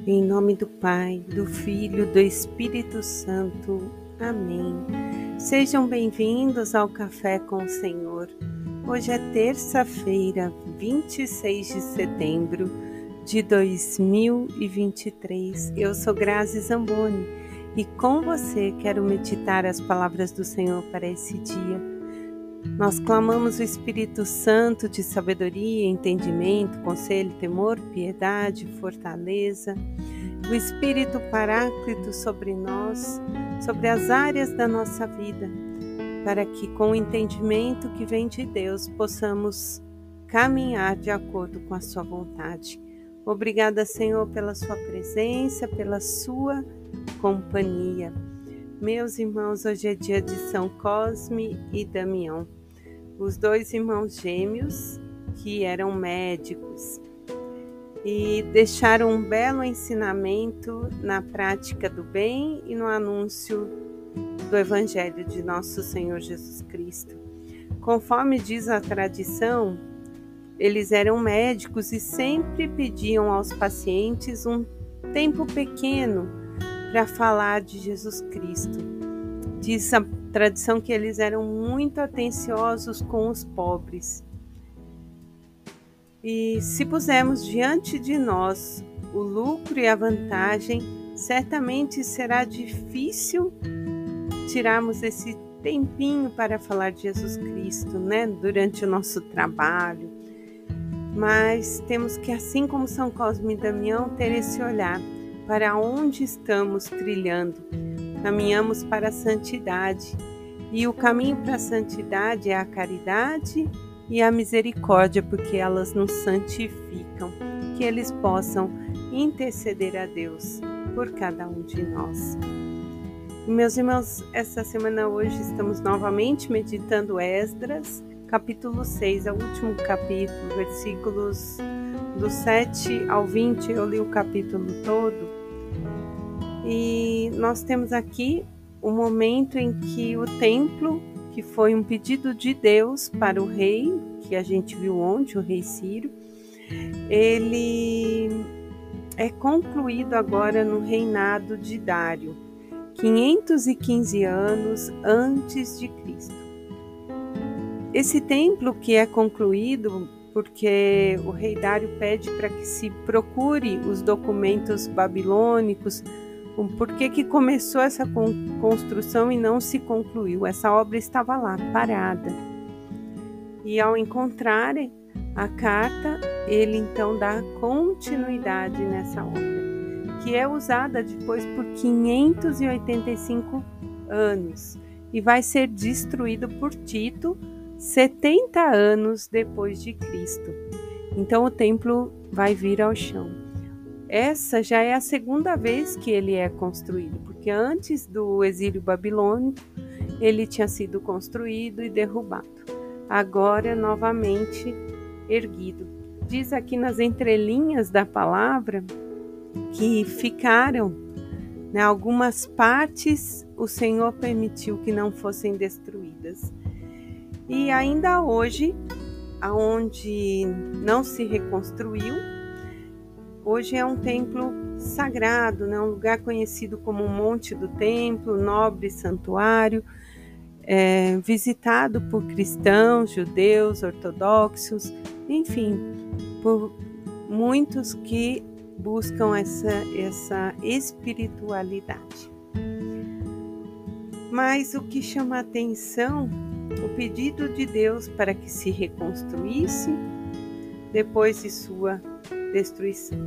Em nome do Pai, do Filho, do Espírito Santo. Amém. Sejam bem-vindos ao Café com o Senhor. Hoje é terça-feira, 26 de setembro de 2023. Eu sou Grazi Zamboni e com você quero meditar as palavras do Senhor para esse dia. Nós clamamos o Espírito Santo de sabedoria, entendimento, conselho, temor, piedade, fortaleza, o Espírito Paráclito sobre nós, sobre as áreas da nossa vida, para que com o entendimento que vem de Deus possamos caminhar de acordo com a sua vontade. Obrigada, Senhor, pela sua presença, pela sua companhia. Meus irmãos, hoje é dia de São Cosme e Damião, os dois irmãos gêmeos que eram médicos e deixaram um belo ensinamento na prática do bem e no anúncio do Evangelho de nosso Senhor Jesus Cristo. Conforme diz a tradição, eles eram médicos e sempre pediam aos pacientes um tempo pequeno para falar de Jesus Cristo. Diz a tradição que eles eram muito atenciosos com os pobres. E se pusermos diante de nós o lucro e a vantagem, certamente será difícil tirarmos esse tempinho para falar de Jesus Cristo, durante o nosso trabalho. Mas temos que, assim como São Cosme e Damião, ter esse olhar para onde estamos trilhando. Caminhamos para a santidade, e o caminho para a santidade é a caridade e a misericórdia, porque elas nos santificam, que eles possam interceder a Deus por cada um de nós. E, meus irmãos, essa semana hoje estamos novamente meditando Esdras, capítulo 6, é o último capítulo, versículos do 7 ao 20, eu li o capítulo todo. E nós temos aqui o momento em que o templo, que foi um pedido de Deus para o rei, que a gente viu ontem, o rei Ciro, ele é concluído agora no reinado de Dário, 515 anos antes de Cristo. Esse templo que é concluído porque o rei Dário pede para que se procure os documentos babilônicos, por que começou essa construção e não se concluiu. Essa obra estava lá, parada. E ao encontrarem a carta, ele então dá continuidade nessa obra, que é usada depois por 585 anos e vai ser destruído por Tito 70 anos depois de Cristo. Então o templo vai vir ao chão. Essa já é a segunda vez que ele é construído, porque antes do exílio babilônico ele tinha sido construído e derrubado. Agora novamente erguido. Diz aqui nas entrelinhas da palavra que ficaram, algumas partes o Senhor permitiu que não fossem destruídas. E ainda hoje, aonde não se reconstruiu, hoje é um templo sagrado, um lugar conhecido como o Monte do Templo, nobre santuário, visitado por cristãos, judeus, ortodoxos, enfim, por muitos que buscam essa espiritualidade. Mas o que chama a atenção, o pedido de Deus para que se reconstruísse depois de sua destruição.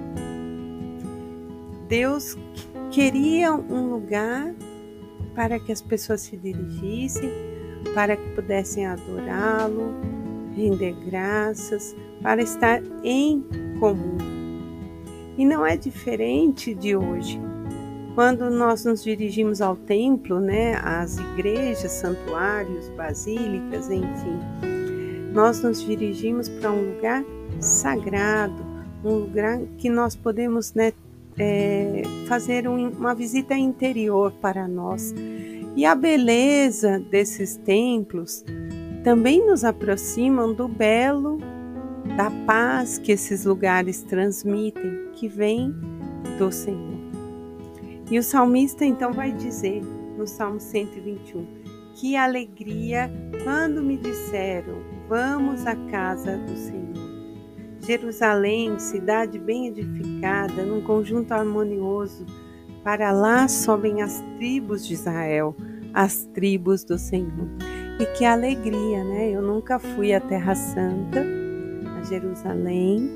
Deus queria um lugar para que as pessoas se dirigissem, para que pudessem adorá-lo, render graças, para estar em comum. E não é diferente de hoje. Quando nós nos dirigimos ao templo, às igrejas, santuários, basílicas, enfim, nós nos dirigimos para um lugar sagrado, um lugar que nós podemos fazer uma visita interior para nós. E a beleza desses templos também nos aproximam do belo, da paz que esses lugares transmitem, que vem do Senhor. E o salmista então vai dizer no Salmo 121, que alegria quando me disseram, vamos à casa do Senhor. Jerusalém, cidade bem edificada, num conjunto harmonioso, para lá sobem as tribos de Israel, as tribos do Senhor. E que alegria, né? Eu nunca fui à Terra Santa, a Jerusalém.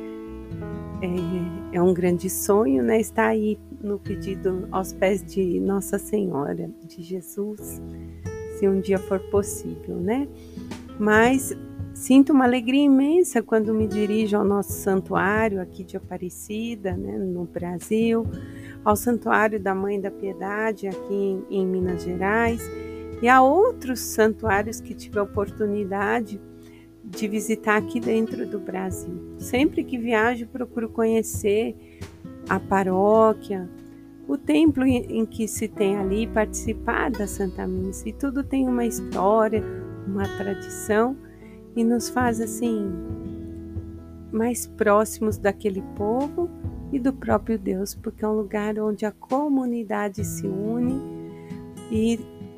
É um grande sonho, né? Estar aí no pedido aos pés de Nossa Senhora, de Jesus, se um dia for possível, né? Mas sinto uma alegria imensa quando me dirijo ao nosso santuário aqui de Aparecida, né, no Brasil, ao Santuário da Mãe da Piedade aqui em Minas Gerais e a outros santuários que tive a oportunidade de visitar aqui dentro do Brasil. Sempre que viajo, procuro conhecer a paróquia, o templo em que se tem ali, participar da Santa Missa. E tudo tem uma história, uma tradição e nos faz assim mais próximos daquele povo e do próprio Deus, porque é um lugar onde a comunidade se une e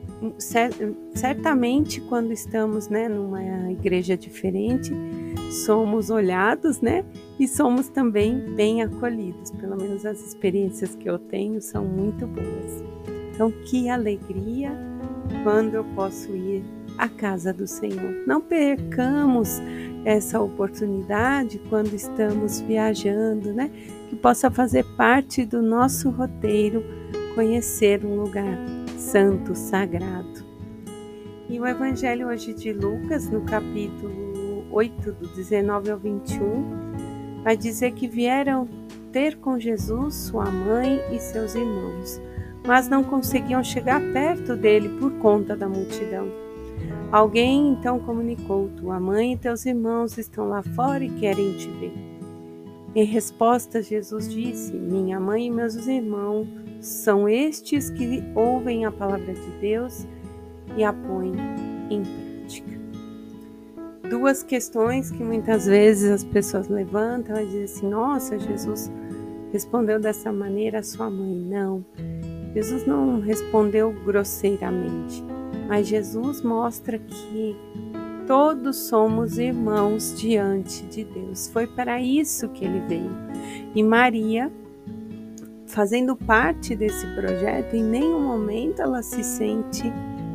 certamente quando estamos, né, numa igreja diferente, somos olhados, né, e somos também bem acolhidos. Pelo menos as experiências que eu tenho são muito boas. Então, que alegria quando eu posso ir à casa do Senhor. Não percamos essa oportunidade quando estamos viajando, né, que possa fazer parte do nosso roteiro conhecer um lugar santo, sagrado. E o Evangelho hoje de Lucas, no capítulo 8, do 19 ao 21, vai dizer que vieram ter com Jesus sua mãe e seus irmãos, mas não conseguiam chegar perto dele por conta da multidão. Alguém então comunicou, tua mãe e teus irmãos estão lá fora e querem te ver. Em resposta, Jesus disse, minha mãe e meus irmãos são estes que ouvem a palavra de Deus e a põem em prática. Duas questões que muitas vezes as pessoas levantam e dizem assim, nossa, Jesus respondeu dessa maneira a sua mãe. Não, Jesus não respondeu grosseiramente, mas Jesus mostra que todos somos irmãos diante de Deus. Foi para isso que ele veio. E Maria, fazendo parte desse projeto, em nenhum momento ela se sente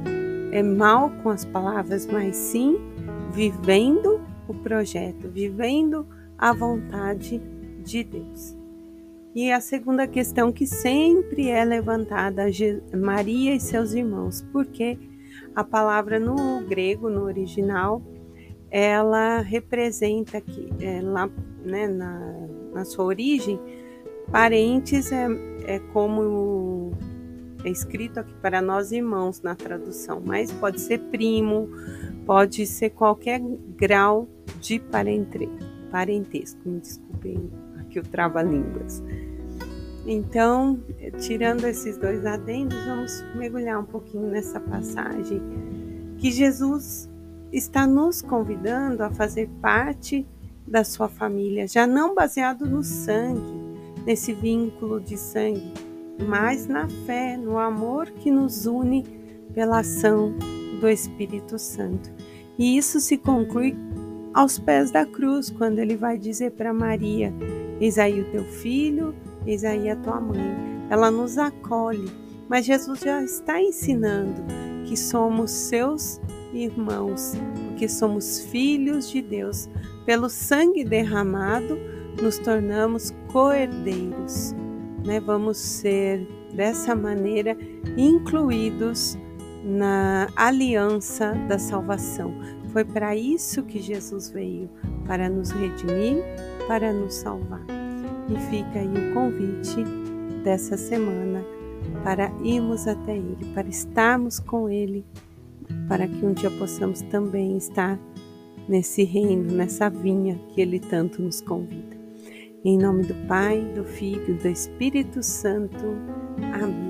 mal com as palavras, mas sim vivendo o projeto, vivendo a vontade de Deus. E a segunda questão que sempre é levantada, Maria e seus irmãos, porque a palavra no grego, no original, ela representa aqui, lá, né, na sua origem, parentes é como é escrito aqui para nós irmãos na tradução, mas pode ser primo, pode ser qualquer grau de parentesco. Me desculpem aqui o trava-línguas. Então, tirando esses dois adendos, vamos mergulhar um pouquinho nessa passagem que Jesus está nos convidando a fazer parte da sua família, já não baseado no sangue, nesse vínculo de sangue, mas na fé, no amor que nos une pela ação do Espírito Santo. E isso se conclui aos pés da cruz, quando ele vai dizer para Maria, eis aí o teu filho, eis aí a tua mãe. Ela nos acolhe, mas Jesus já está ensinando que somos seus irmãos, porque somos filhos de Deus. Pelo sangue derramado, nos tornamos co-herdeiros, né? Vamos ser, dessa maneira, incluídos na aliança da salvação. Foi para isso que Jesus veio, para nos redimir, para nos salvar. E fica aí o convite dessa semana para irmos até Ele, para estarmos com Ele, para que um dia possamos também estar nesse reino, nessa vinha que Ele tanto nos convida. Em nome do Pai, do Filho e do Espírito Santo. Amém.